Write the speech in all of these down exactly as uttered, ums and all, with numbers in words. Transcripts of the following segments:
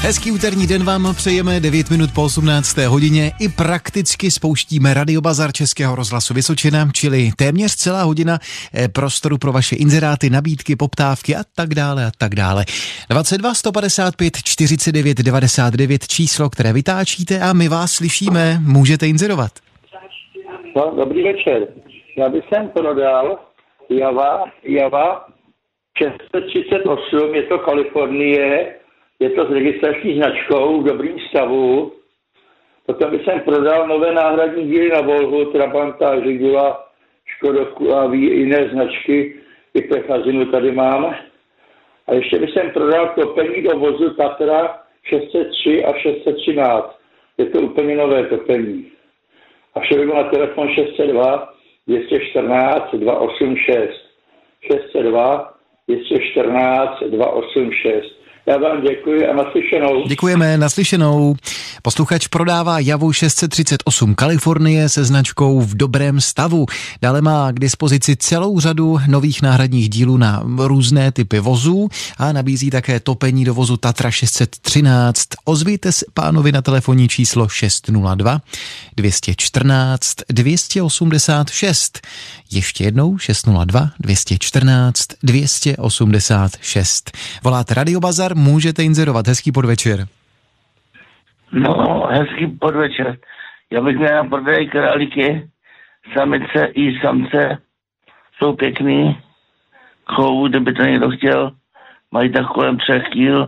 Hezký úterní den vám přejeme, devět minut po osmnácté hodině. I prakticky spouštíme Radiobazar Českého rozhlasu Vysočina, čili téměř celá hodina prostoru pro vaše inzeráty, nabídky, poptávky a tak dále a tak dále. dvacet dva sto padesát pět čtyřicet devět devadesát devět číslo, které vytáčíte a my vás slyšíme, můžete inzerovat. No, dobrý večer. Já bych sem prodal Java, Java šest set třicet osm, je to Kalifornie, je to s registrační značkou v dobrým stavu. Potom bych sem prodal nové náhradní díly na Volvo, Trabanta, Žigula, Škodovku a jiné značky. I Pechazinu tady mám. A ještě bych sem prodal topení do vozu Tatra šest set tři a šest set třináct. Je to úplně nové topení. A vše by na telefon šest set dva dvě stě čtrnáct dva osm šest. šest set dva dvě stě čtrnáct dva osm šest. Já vám děkuji a naslyšenou. Děkujeme, naslyšenou. Posluchač prodává Javu šest set třicet osm Kalifornie se značkou v dobrém stavu. Dále má k dispozici celou řadu nových náhradních dílů na různé typy vozů a nabízí také topení do vozu Tatra šest set třináct. Ozvěte se pánovi na telefonní číslo šest nula dva dvě stě čtrnáct dvě stě osmdesát šest. Ještě jednou šest nula dva dvě stě čtrnáct dvě stě osmdesát šest. Voláte Radiobazar, můžete inzerovat. Hezký podvečer. No, hezký podvečer. Já bych měl na prodej králíky, samice i samce. Jsou pěkný. Chovu, kdyby to někdo chtěl. Mají tak kolem třech kýl.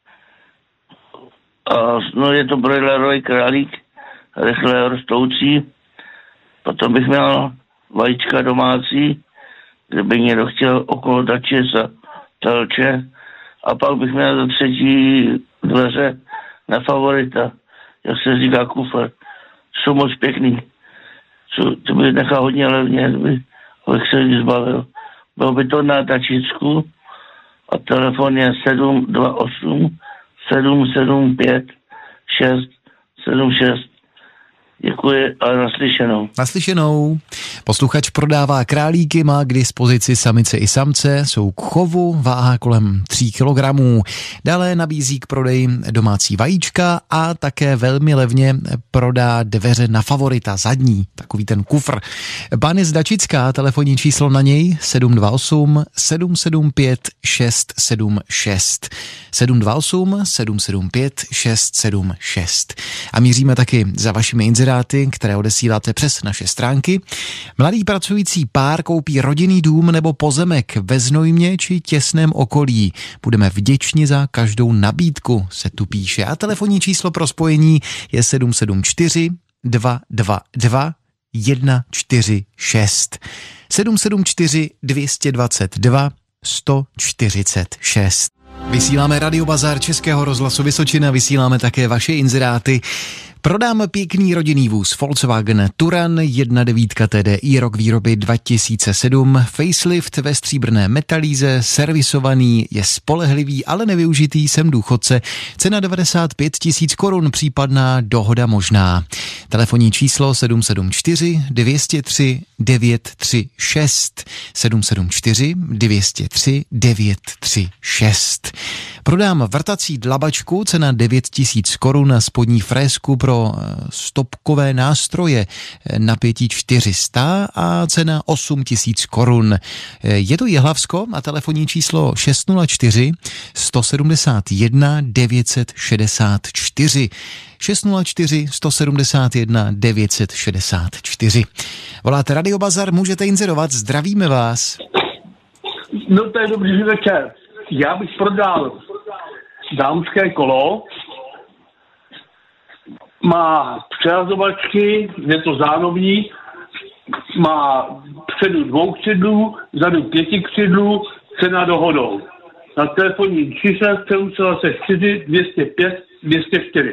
A, no, je to brojlerový králík, rychle rostoucí. Potom bych měl vajíčka domácí, kdyby někdo chtěl okolo dačis a telče. A pak bych měl za třetí dveře na favorita, jak se říká kufr. Jsou moc pěkný. Jsou, to by nechal hodně levně, kdyby, abych se jich zbavil. Bylo by to na tačicku a telefon je sedm dva osm sedm sedm pět šest sedm šest. Děkuji a naslyšenou. Naslyšenou. Posluchač prodává králíky, má k dispozici samice i samce, jsou k chovu, váha kolem tří kilogramů. Dále nabízí k prodeji domácí vajíčka a také velmi levně prodá dveře na favorita, zadní, takový ten kufr. Pán je z Dačická, telefonní číslo na něj sedm dva osm sedm sedm pět šest sedm šest. sedm dva osm sedm sedm pět šest sedm šest. A míříme taky za vašimi inzeráty, které odesíláte přes naše stránky. Mladý pracující pár koupí rodinný dům nebo pozemek ve Znojmě či těsném okolí. Budeme vděční za každou nabídku, se tu píše. A telefonní číslo pro spojení je sedm sedm čtyři dva dva dva jedna čtyři šest. sedm sedm čtyři dvě dva dva jedna čtyři šest. Vysíláme Radiobazar Českého rozhlasu Vysočina, vysíláme také vaše inzeráty. Prodám pěkný rodinný vůz Volkswagen Touran jedna devět T D I, rok výroby dva tisíce sedm, facelift ve stříbrné metalíze, servisovaný, je spolehlivý, ale nevyužitý, jsem důchodce, cena devadesát pět tisíc korun, případná dohoda možná. Telefonní číslo sedm sedm čtyři dvě nula tři devět tři šest, sedm sedm čtyři dvě nula tři devět tři šest. Prodám vrtací dlabačku, cena devět tisíc korun, spodní frézku pro stopkové nástroje napětí čtyři sta a cena osm tisíc korun. Je to Jihlavsko a telefonní číslo šest nula čtyři sto sedmdesát jedna devět set šedesát čtyři. šest nula čtyři sto sedmdesát jedna devět set šedesát čtyři. Voláte Radiobazar, můžete inzerovat, zdravíme vás. No to je dobrý večer. Já bych prodal dámské kolo, má přehazovačky, je to zánovní, má předu dvou křidlů, zadu pěti křidlů, cena dohodou. Na telefonní čísle sedm čtyři dvě nula pět dvě nula čtyři.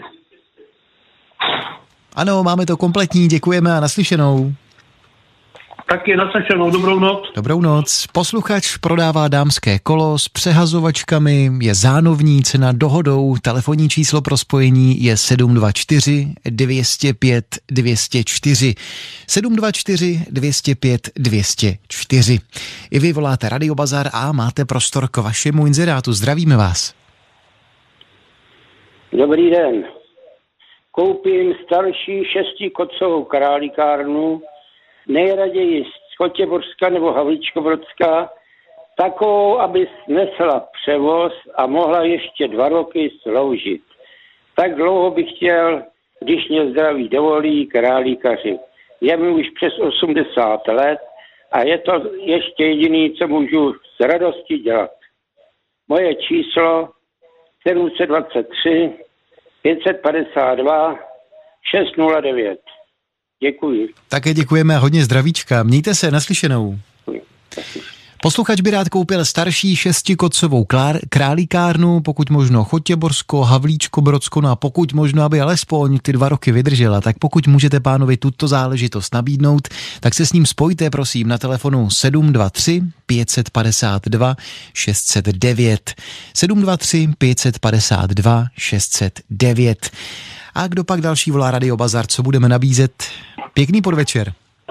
Ano, máme to kompletní, děkujeme a naslyšenou. Taky naslyšenou, dobrou noc. Dobrou noc. Posluchač prodává dámské kolo s přehazovačkami, je zánovní, cena dohodou, telefonní číslo pro spojení je sedm dva čtyři dvě nula pět dvě nula čtyři. sedm dva čtyři dvě nula pět dvě nula čtyři. I vy voláte Radiobazar a máte prostor k vašemu inzerátu. Zdravíme vás. Dobrý den. Koupím starší šestikocovou králíkárnu, nejraději z Chotěborska nebo Havlíčkobrodska, takovou, aby snesla převoz a mohla ještě dva roky sloužit. Tak dlouho bych chtěl, když mě zdraví dovolí, králíkaři. Je mi už přes osmdesát let a je to ještě jediný, co můžu s radostí dělat. Moje číslo sedm set dvacet tři pět set padesát dva šest nula devět. Děkuji. Také děkujeme a hodně zdravíčka. Mějte se, naslyšenou. Posluchač by rád koupil starší šestikocovou králíkárnu, pokud možno Chotěborsko, Havlíčko, Brodsko, no a pokud možno, aby alespoň ty dva roky vydržela, tak pokud můžete pánovi tuto záležitost nabídnout, tak se s ním spojte, prosím, na telefonu sedm dva tři pět set padesát dva šest set devět. sedm dva tři pět set padesát dva šest set devět. A kdo pak další volá Radio Bazar, co budeme nabízet? Pěkný podvečer.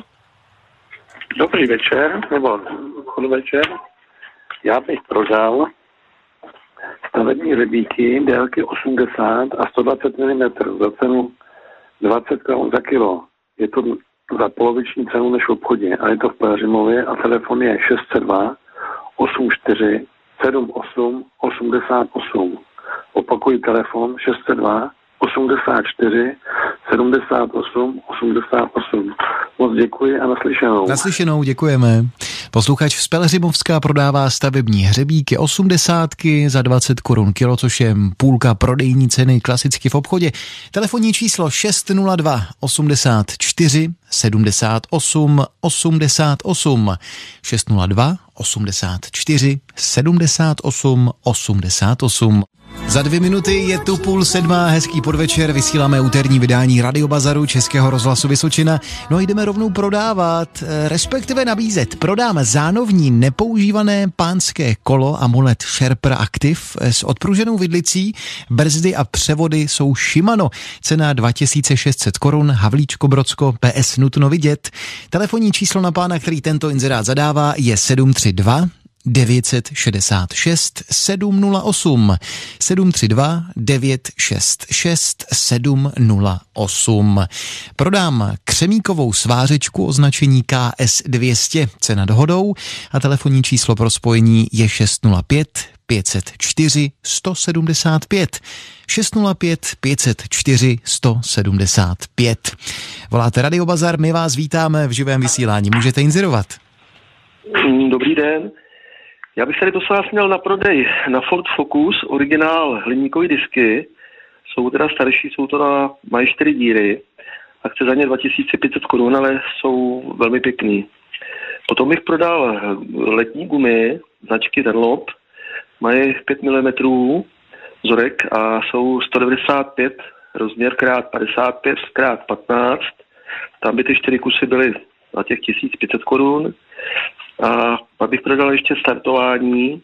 Dobrý večer, nebo podvečer. Já bych prodal stavební rybíky délky osmdesát a sto dvacet milimetrů za cenu dvacet korun za kilo. Je to za poloviční cenu než v obchodě a je to v Pelhřimově a telefon je šest set dva osm čtyři sedm osm osmdesát osm. Opakuji telefon šest set dva osmdesát čtyři sedmdesát osm osmdesát osm. Moc děkuji a naslyšenou. Naslyšenou, děkujeme. Posluchač z Pelhřimovska prodává stavební hřebíky osmdesátky za dvacet korun kilo, což je půlka prodejní ceny klasicky v obchodě. Telefonní číslo šest nula dva osmdesát čtyři sedmdesát osm osmdesát osm. šest nula dva osmdesát čtyři sedmdesát osm osmdesát osm. Za dvě minuty je tu půl sedmá, hezký podvečer, vysíláme úterní vydání Radio Bazaru Českého rozhlasu Vysočina. No a jdeme rovnou prodávat, respektive nabízet. Prodáme zánovní nepoužívané pánské kolo Amulet Sherper Active s odpruženou vidlicí, brzdy a převody jsou Shimano. Cena dva tisíce šest set korun, Havlíčko Brodsko, P S nutno vidět. Telefonní číslo na pána, který tento inzerát zadává, je sedm tři dva devět šest šest sedm nula osm. sedm tři dva devět šest šest sedm nula osm. Prodám křemíkovou svářečku označení K S dvě stě, cena dohodou a telefonní číslo pro spojení je šest nula pět pět set čtyři sto sedmdesát pět. šest nula pět pět set čtyři sto sedmdesát pět. Voláte Radio Bazar, my vás vítáme v živém vysílání. Můžete inzerovat. Dobrý den. Já bych tady prosím vás měl na prodej na Ford Focus originál hliníkové disky. Jsou teda starší, jsou to na, mají čtyři díry a chce za ně dva tisíce pět set korun, ale jsou velmi pěkný. Potom bych prodal letní gumy, značky Dunlop, mají pět milimetrů vzorek a jsou sto devadesát pět rozměr krát padesát pět krát patnáct. Tam by ty čtyři kusy byly na těch tisíc pět set korun. A pak bych prodal ještě startování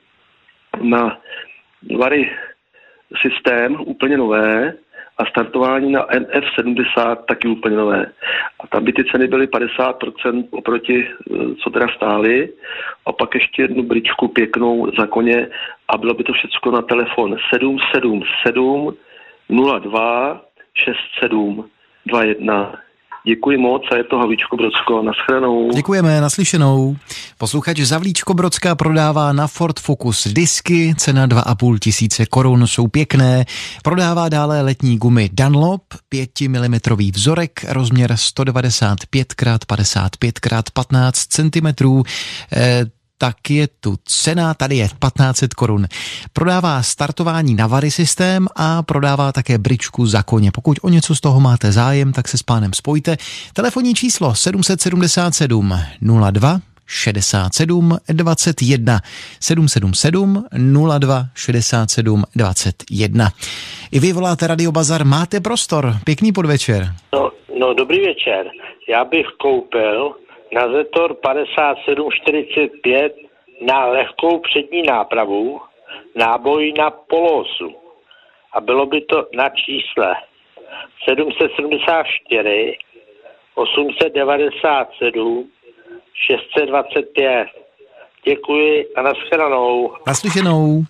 na Vary systém úplně nové a startování na N F sedmdesát taky úplně nové. A tam by ty ceny byly padesát procent oproti, co teda stály. A pak ještě jednu bričku pěknou za koně a bylo by to všechno na telefon sedm sedm sedm nula dva šest sedm dva jedna. Děkuji moc a je to Havlíčko Brodsko. Naschledanou. Děkujeme, naslyšenou. Posluchač z Havlíčko Brodska prodává na Ford Focus disky, cena dva a půl tisíce korun, jsou pěkné. Prodává dále letní gumy Dunlop, pět milimetrů vzorek, rozměr sto devadesát pět krát padesát pět krát patnáct centimetrů. Eh, tak je tu cena, tady je patnáct set korun. Prodává startování na Vary systém a prodává také bričku za koně. Pokud o něco z toho máte zájem, tak se s pánem spojte. Telefonní číslo sedm sedm sedm nula dva šedesát sedm dvacet jedna. sedm sedm sedm nula dva šedesát sedm dvacet jedna. I vy voláte Radio Bazar, máte prostor. Pěkný podvečer. No, no dobrý večer. Já bych koupil na Zetor padesát sedm čtyřicet pět na lehkou přední nápravu náboj na poloosu. A bylo by to na čísle sedm sedm čtyři osm devadesát sedm šest set dvacet pět. Děkuji a nashledanou. Naslyšenou.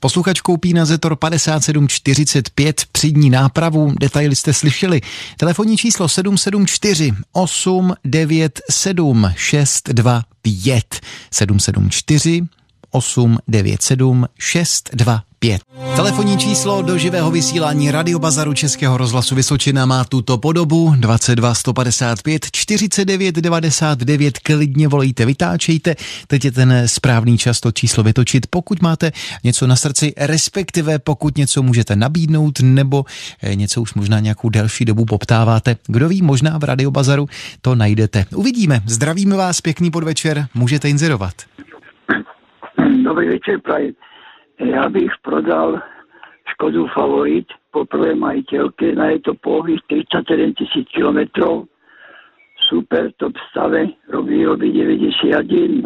Posluchač koupí na Zetor padesát sedm čtyřicet pět přední nápravu, detaily jste slyšeli. Telefonní číslo sedm sedm čtyři osm devět sedm šest dva pět sedm sedm čtyři osm devět sedm šest dva pět. Telefonní číslo do živého vysílání Radiobazaru Českého rozhlasu Vysočina má tuto podobu dvacet dva sto padesát pět čtyřicet devět devadesát devět. Klidně volejte, vytáčejte. Teď je ten správný čas to číslo vytočit, pokud máte něco na srdci, respektive pokud něco můžete nabídnout nebo něco už možná nějakou delší dobu poptáváte. Kdo ví, možná v Radiobazaru to najdete. Uvidíme. Zdravíme vás, pěkný podvečer, můžete inzerovat. Dobrý večer, prajem. Já bych prodal Škodu Favorit po prvé majiteľke, na je to pouhých tridsaťsedem tisíc kilometrov, super top stave, rok výroby deväťdesiatjeden.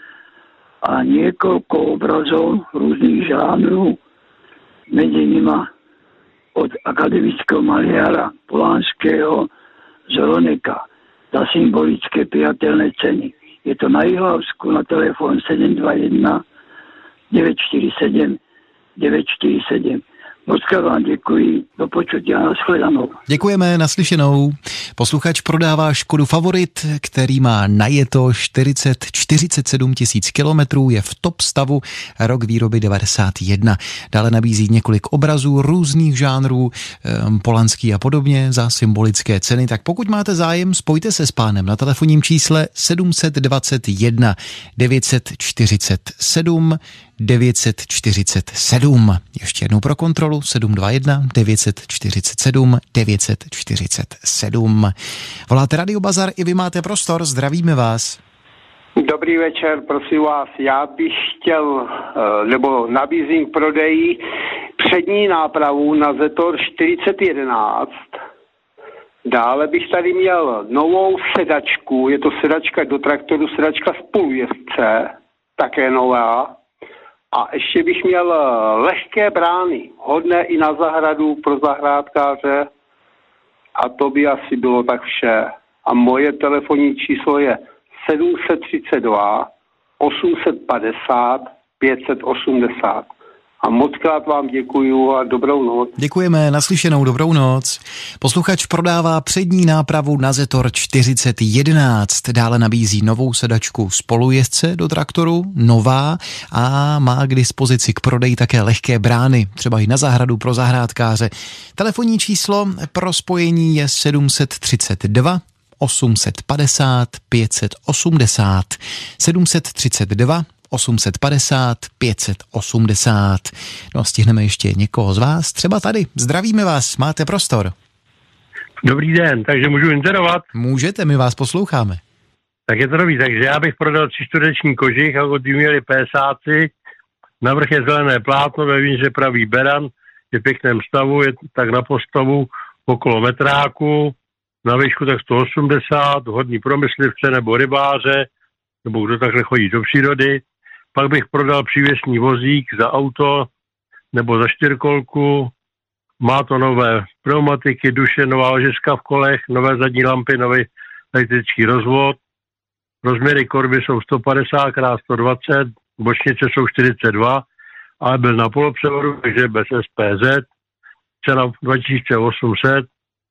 A niekoľko obrazov rôznych žánrov, medzi nima od akademického maliara Polanského Zoroneka za symbolické priateľné ceny. Je to na Jihlavsku na telefon sedem dva jeden deväť štyri sedem deväť štyri sedem. Mocka vám děkuji, do počutia, nashledanou. Děkujeme, naslyšenou. Posluchač prodává Škodu Favorit, který má najeto čtyřicet čtyřicet sedm tisíc kilometrů, je v top stavu, rok výroby devadesát jedna. Dále nabízí několik obrazů různých žánrů, Polanský a podobně za symbolické ceny. Tak pokud máte zájem, spojte se s pánem na telefonním čísle sedm dva jedna devět čtyři sedm devět čtyři sedm. Ještě jednou pro kontrolu sedm dva jedna devět čtyři sedm devět čtyři sedm. Voláte Radio Bazar, i vy máte prostor, zdravíme vás. Dobrý večer, prosím vás, já bych chtěl, nebo nabízím k prodeji přední nápravu na Zetor čtyřicet jedenáct. Dále bych tady měl novou sedačku, je to sedačka do traktoru, sedačka spolujezdce, také nová. A ještě bych měl lehké brány, hodné i na zahradu pro zahrádkáře. A to by asi bylo tak vše. A moje telefonní číslo je sedm tři dva osm padesát pět osmdesát. A moc krát vám děkuju a dobrou noc. Děkujeme, naslyšenou, dobrou noc. Posluchač prodává přední nápravu na Zetor čtyřicet jedenáct. Dále nabízí novou sedačku spolujezdce do traktoru, nová, a má k dispozici k prodeji také lehké brány, třeba i na zahradu pro zahrádkáře. Telefonní číslo pro spojení je sedm tři dva osm padesát pět osmdesát. sedm tři dva osm padesát pět osmdesát. No a stihneme ještě někoho z vás, třeba tady. Zdravíme vás, máte prostor. Dobrý den, takže můžu inzerovat? Můžete, my vás posloucháme. Tak je to dobrý, takže já bych prodal třičtvrteční kožich, jako by měli pésáci. Navrch je zelené plátno, ve vínře pravý beran, je v pěkném stavu, je tak na postavu okolo metráku, na výšku tak sto osmdesát, hodný promyslivce nebo rybáře, nebo kdo takhle chodí do přírody. Pak bych prodal přívěsný vozík za auto nebo za čtyřkolku. Má to nové pneumatiky, duše, nová ložiska v kolech, nové zadní lampy, nový elektrický rozvod. Rozměry korby jsou sto padesát krát sto dvacet, bočnice jsou čtyřicet dva, ale byl na polopřevodu, takže bez S P Z. Cena dva tisíce osm set.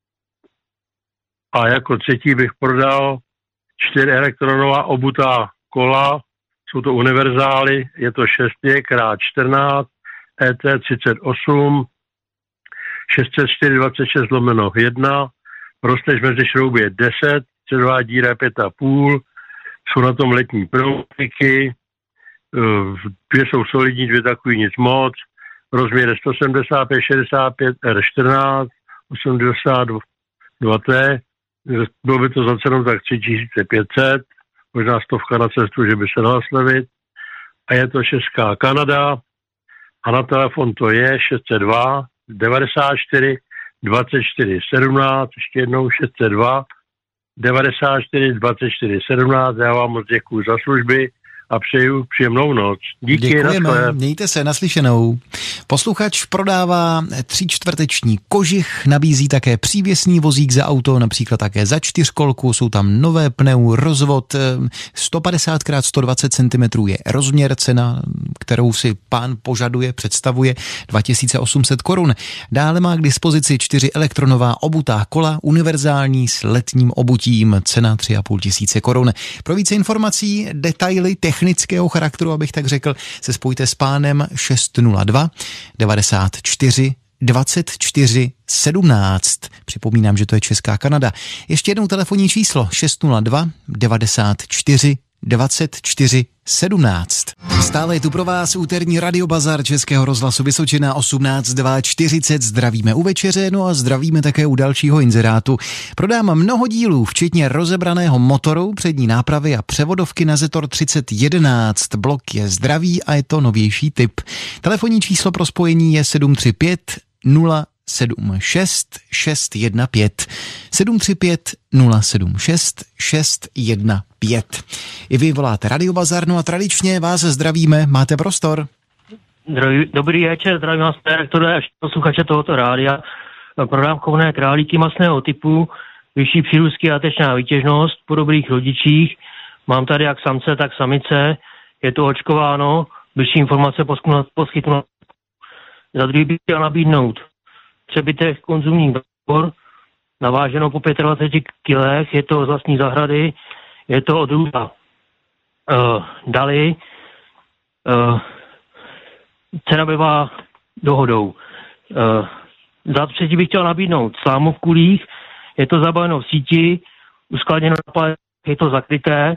A jako třetí bych prodal čtyři elektronová obutá kola. Jsou to univerzály, je to šest krát čtrnáct, E T třicet osm, šest set čtyři dvacet šest lomeno jedna, roztež mezi šrouby je deset, středová díra je pět a půl, jsou na tom letní pneumatiky, dvě jsou solidní, dvě takový nic moc, rozměr je sto sedmdesát pět šedesát pět R čtrnáct, osmdesát dva T, bylo by to za cenou tak tři tisíce pět set, možná stovka na cestu, že by se dala slevit. A je to Česká Kanada. A na telefon to je šest set dva devadesát čtyři dvacet čtyři sedmnáct, ještě jednou šest set dva devadesát čtyři dvacet čtyři sedmnáct. Já vám moc děkuji za služby a přeju příjemnou noc. Díky. Děkujeme, mějte se, naslyšenou. Posluchač prodává tříčtvrteční kožich, nabízí také přívěsný vozík za auto, například také za čtyřkolku, jsou tam nové pneu, rozvod, sto padesát krát sto dvacet centimetrů je rozměr, cena, kterou si pán požaduje, představuje dva tisíce osm set korun. Dále má k dispozici čtyři elektronová obutá kola, univerzální s letním obutím, cena tři a půl tisíce korun. Pro více informací, detaily technického charakteru, abych tak řekl, se spojte s pánem šest nula dva devadesát čtyři dvacet čtyři sedmnáct. Připomínám, že to je Česká Kanada. Ještě jednou telefonní číslo šest nula dva devadesát čtyři dvacet čtyři sedmnáct. Stále je tu pro vás úterní radiobazar Českého rozhlasu Vysočina osmnáct čtyřicet. Zdravíme u večeře, no a zdravíme také u dalšího inzerátu. Prodám mnoho dílů, včetně rozebraného motoru, přední nápravy a převodovky na Zetor třicet jedenáct. Blok je zdravý a je to novější typ. Telefonní číslo pro spojení je sedm tři pět nula sedm šest šest jedna pět. sedm tři pět nula sedm šest šest jedna pět. I vy voláte Radiobazar, no a tradičně vás zdravíme, máte prostor. Dobrý večer, zdravím vás, redaktore a posluchače tohoto rádia. Prodám chovné králíky masného typu, vyšší přírůstky a tečná výtěžnost po dobrých rodičích. Mám tady jak samce, tak samice. Je to očkováno, bližší informace poskytnu. Za druhý bych chtěl nabídnout přebytek konzumních brambor, naváženo po dvacet pět kilech, je to z vlastní zahrady, je to od růda. Uh, dali, uh, cena bývá dohodou. Uh, za třetí bych chtěl nabídnout slámu v kulích, je to zabaveno v síti, uskladněno na palec, je to zakryté.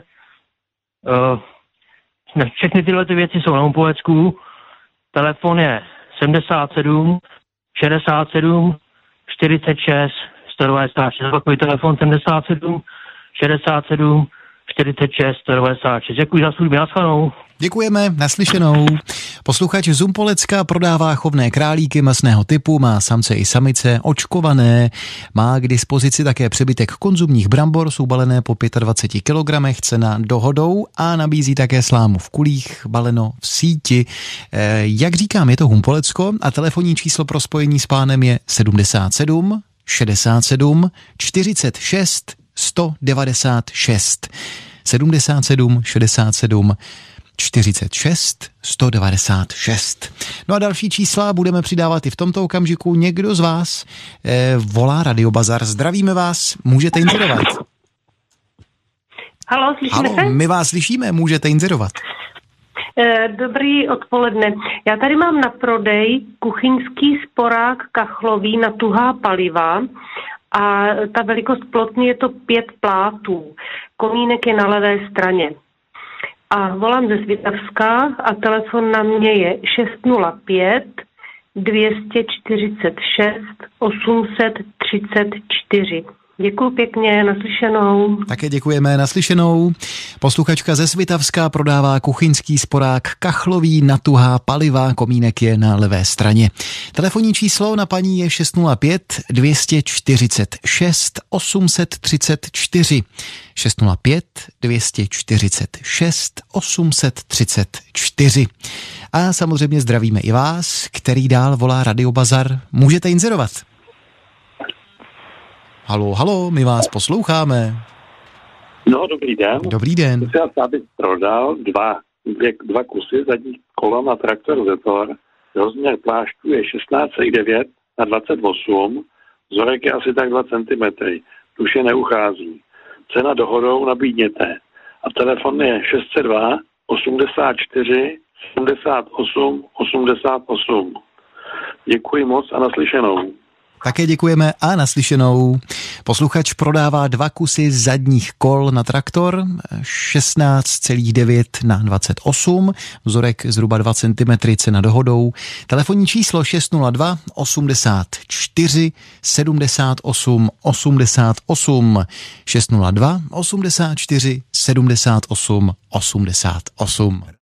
Uh, všechny tyhle ty věci jsou na Humpovecku, telefon je sedmdesát sedm šedesát sedm čtyřicet šest sto devadesát šest. Takový telefon sedmdesát sedm šedesát sedm čtyřicet šest sto devadesát šest. Děkuji za služby, naschledanou. Děkujeme, naslyšenou. Posluchač z Humpolecka prodává chovné králíky masného typu, má samce i samice, očkované, má k dispozici také přebytek konzumních brambor, jsou balené po dvacet pět kilogramech, cena dohodou a nabízí také slámu v kulích, baleno v síti. E, jak říkám, je to Humpolecko a telefonní číslo pro spojení s pánem je sedmdesát sedm šedesát sedm čtyřicet šest sto devadesát šest. sedmdesát sedm šedesát sedm čtyřicet šest sto devadesát šest. No a další čísla budeme přidávat i v tomto okamžiku. Někdo z vás eh, volá Radiobazar. Zdravíme vás, můžete inzerovat. Halo, slyšíme Halo, se? my vás slyšíme, můžete inzerovat. Dobrý odpoledne. Já tady mám na prodej kuchyňský sporák kachlový na tuhá paliva a ta velikost plotny je to pět plátů. Komínek je na levé straně. A volám ze Svitavska a telefon na mě je šest nula pět dvě čtyřicet šest osm třicet čtyři. Děkuji pěkně, naslyšenou. Také děkujeme, naslyšenou. Posluchačka ze Svitavska prodává kuchyňský sporák kachlový na tuhá paliva, komínek je na levé straně. Telefonní číslo na paní je šest nula pět dvě čtyřicet šest osm třicet čtyři. šest nula pět dvě čtyřicet šest osm třicet čtyři. A samozřejmě zdravíme i vás, který dál volá Radiobazar. Můžete inzerovat. Halo, halo, my vás posloucháme. No, dobrý den. Dobrý den. Já bych prodal dva, dvě, dva kusy zadních kolon na traktor Zetor. Rozměr plášťů je šestnáct celá devět na dvacet osm, vzorek je asi tak dva centimetry. Duše neuchází. Cena dohodou nabídněte. A telefon je šest set dva osmdesát čtyři sedmdesát osm osmdesát osm. Děkuji moc a naslyšenou. Také děkujeme a naslyšenou. Posluchač prodává dva kusy zadních kol na traktor, šestnáct celá devět na dvacet osm, vzorek zhruba dva centimetry, cena dohodou. Telefonní číslo šest nula dva osmdesát čtyři sedmdesát osm osmdesát osm. šest nula dva osmdesát čtyři sedmdesát osm osmdesát osm.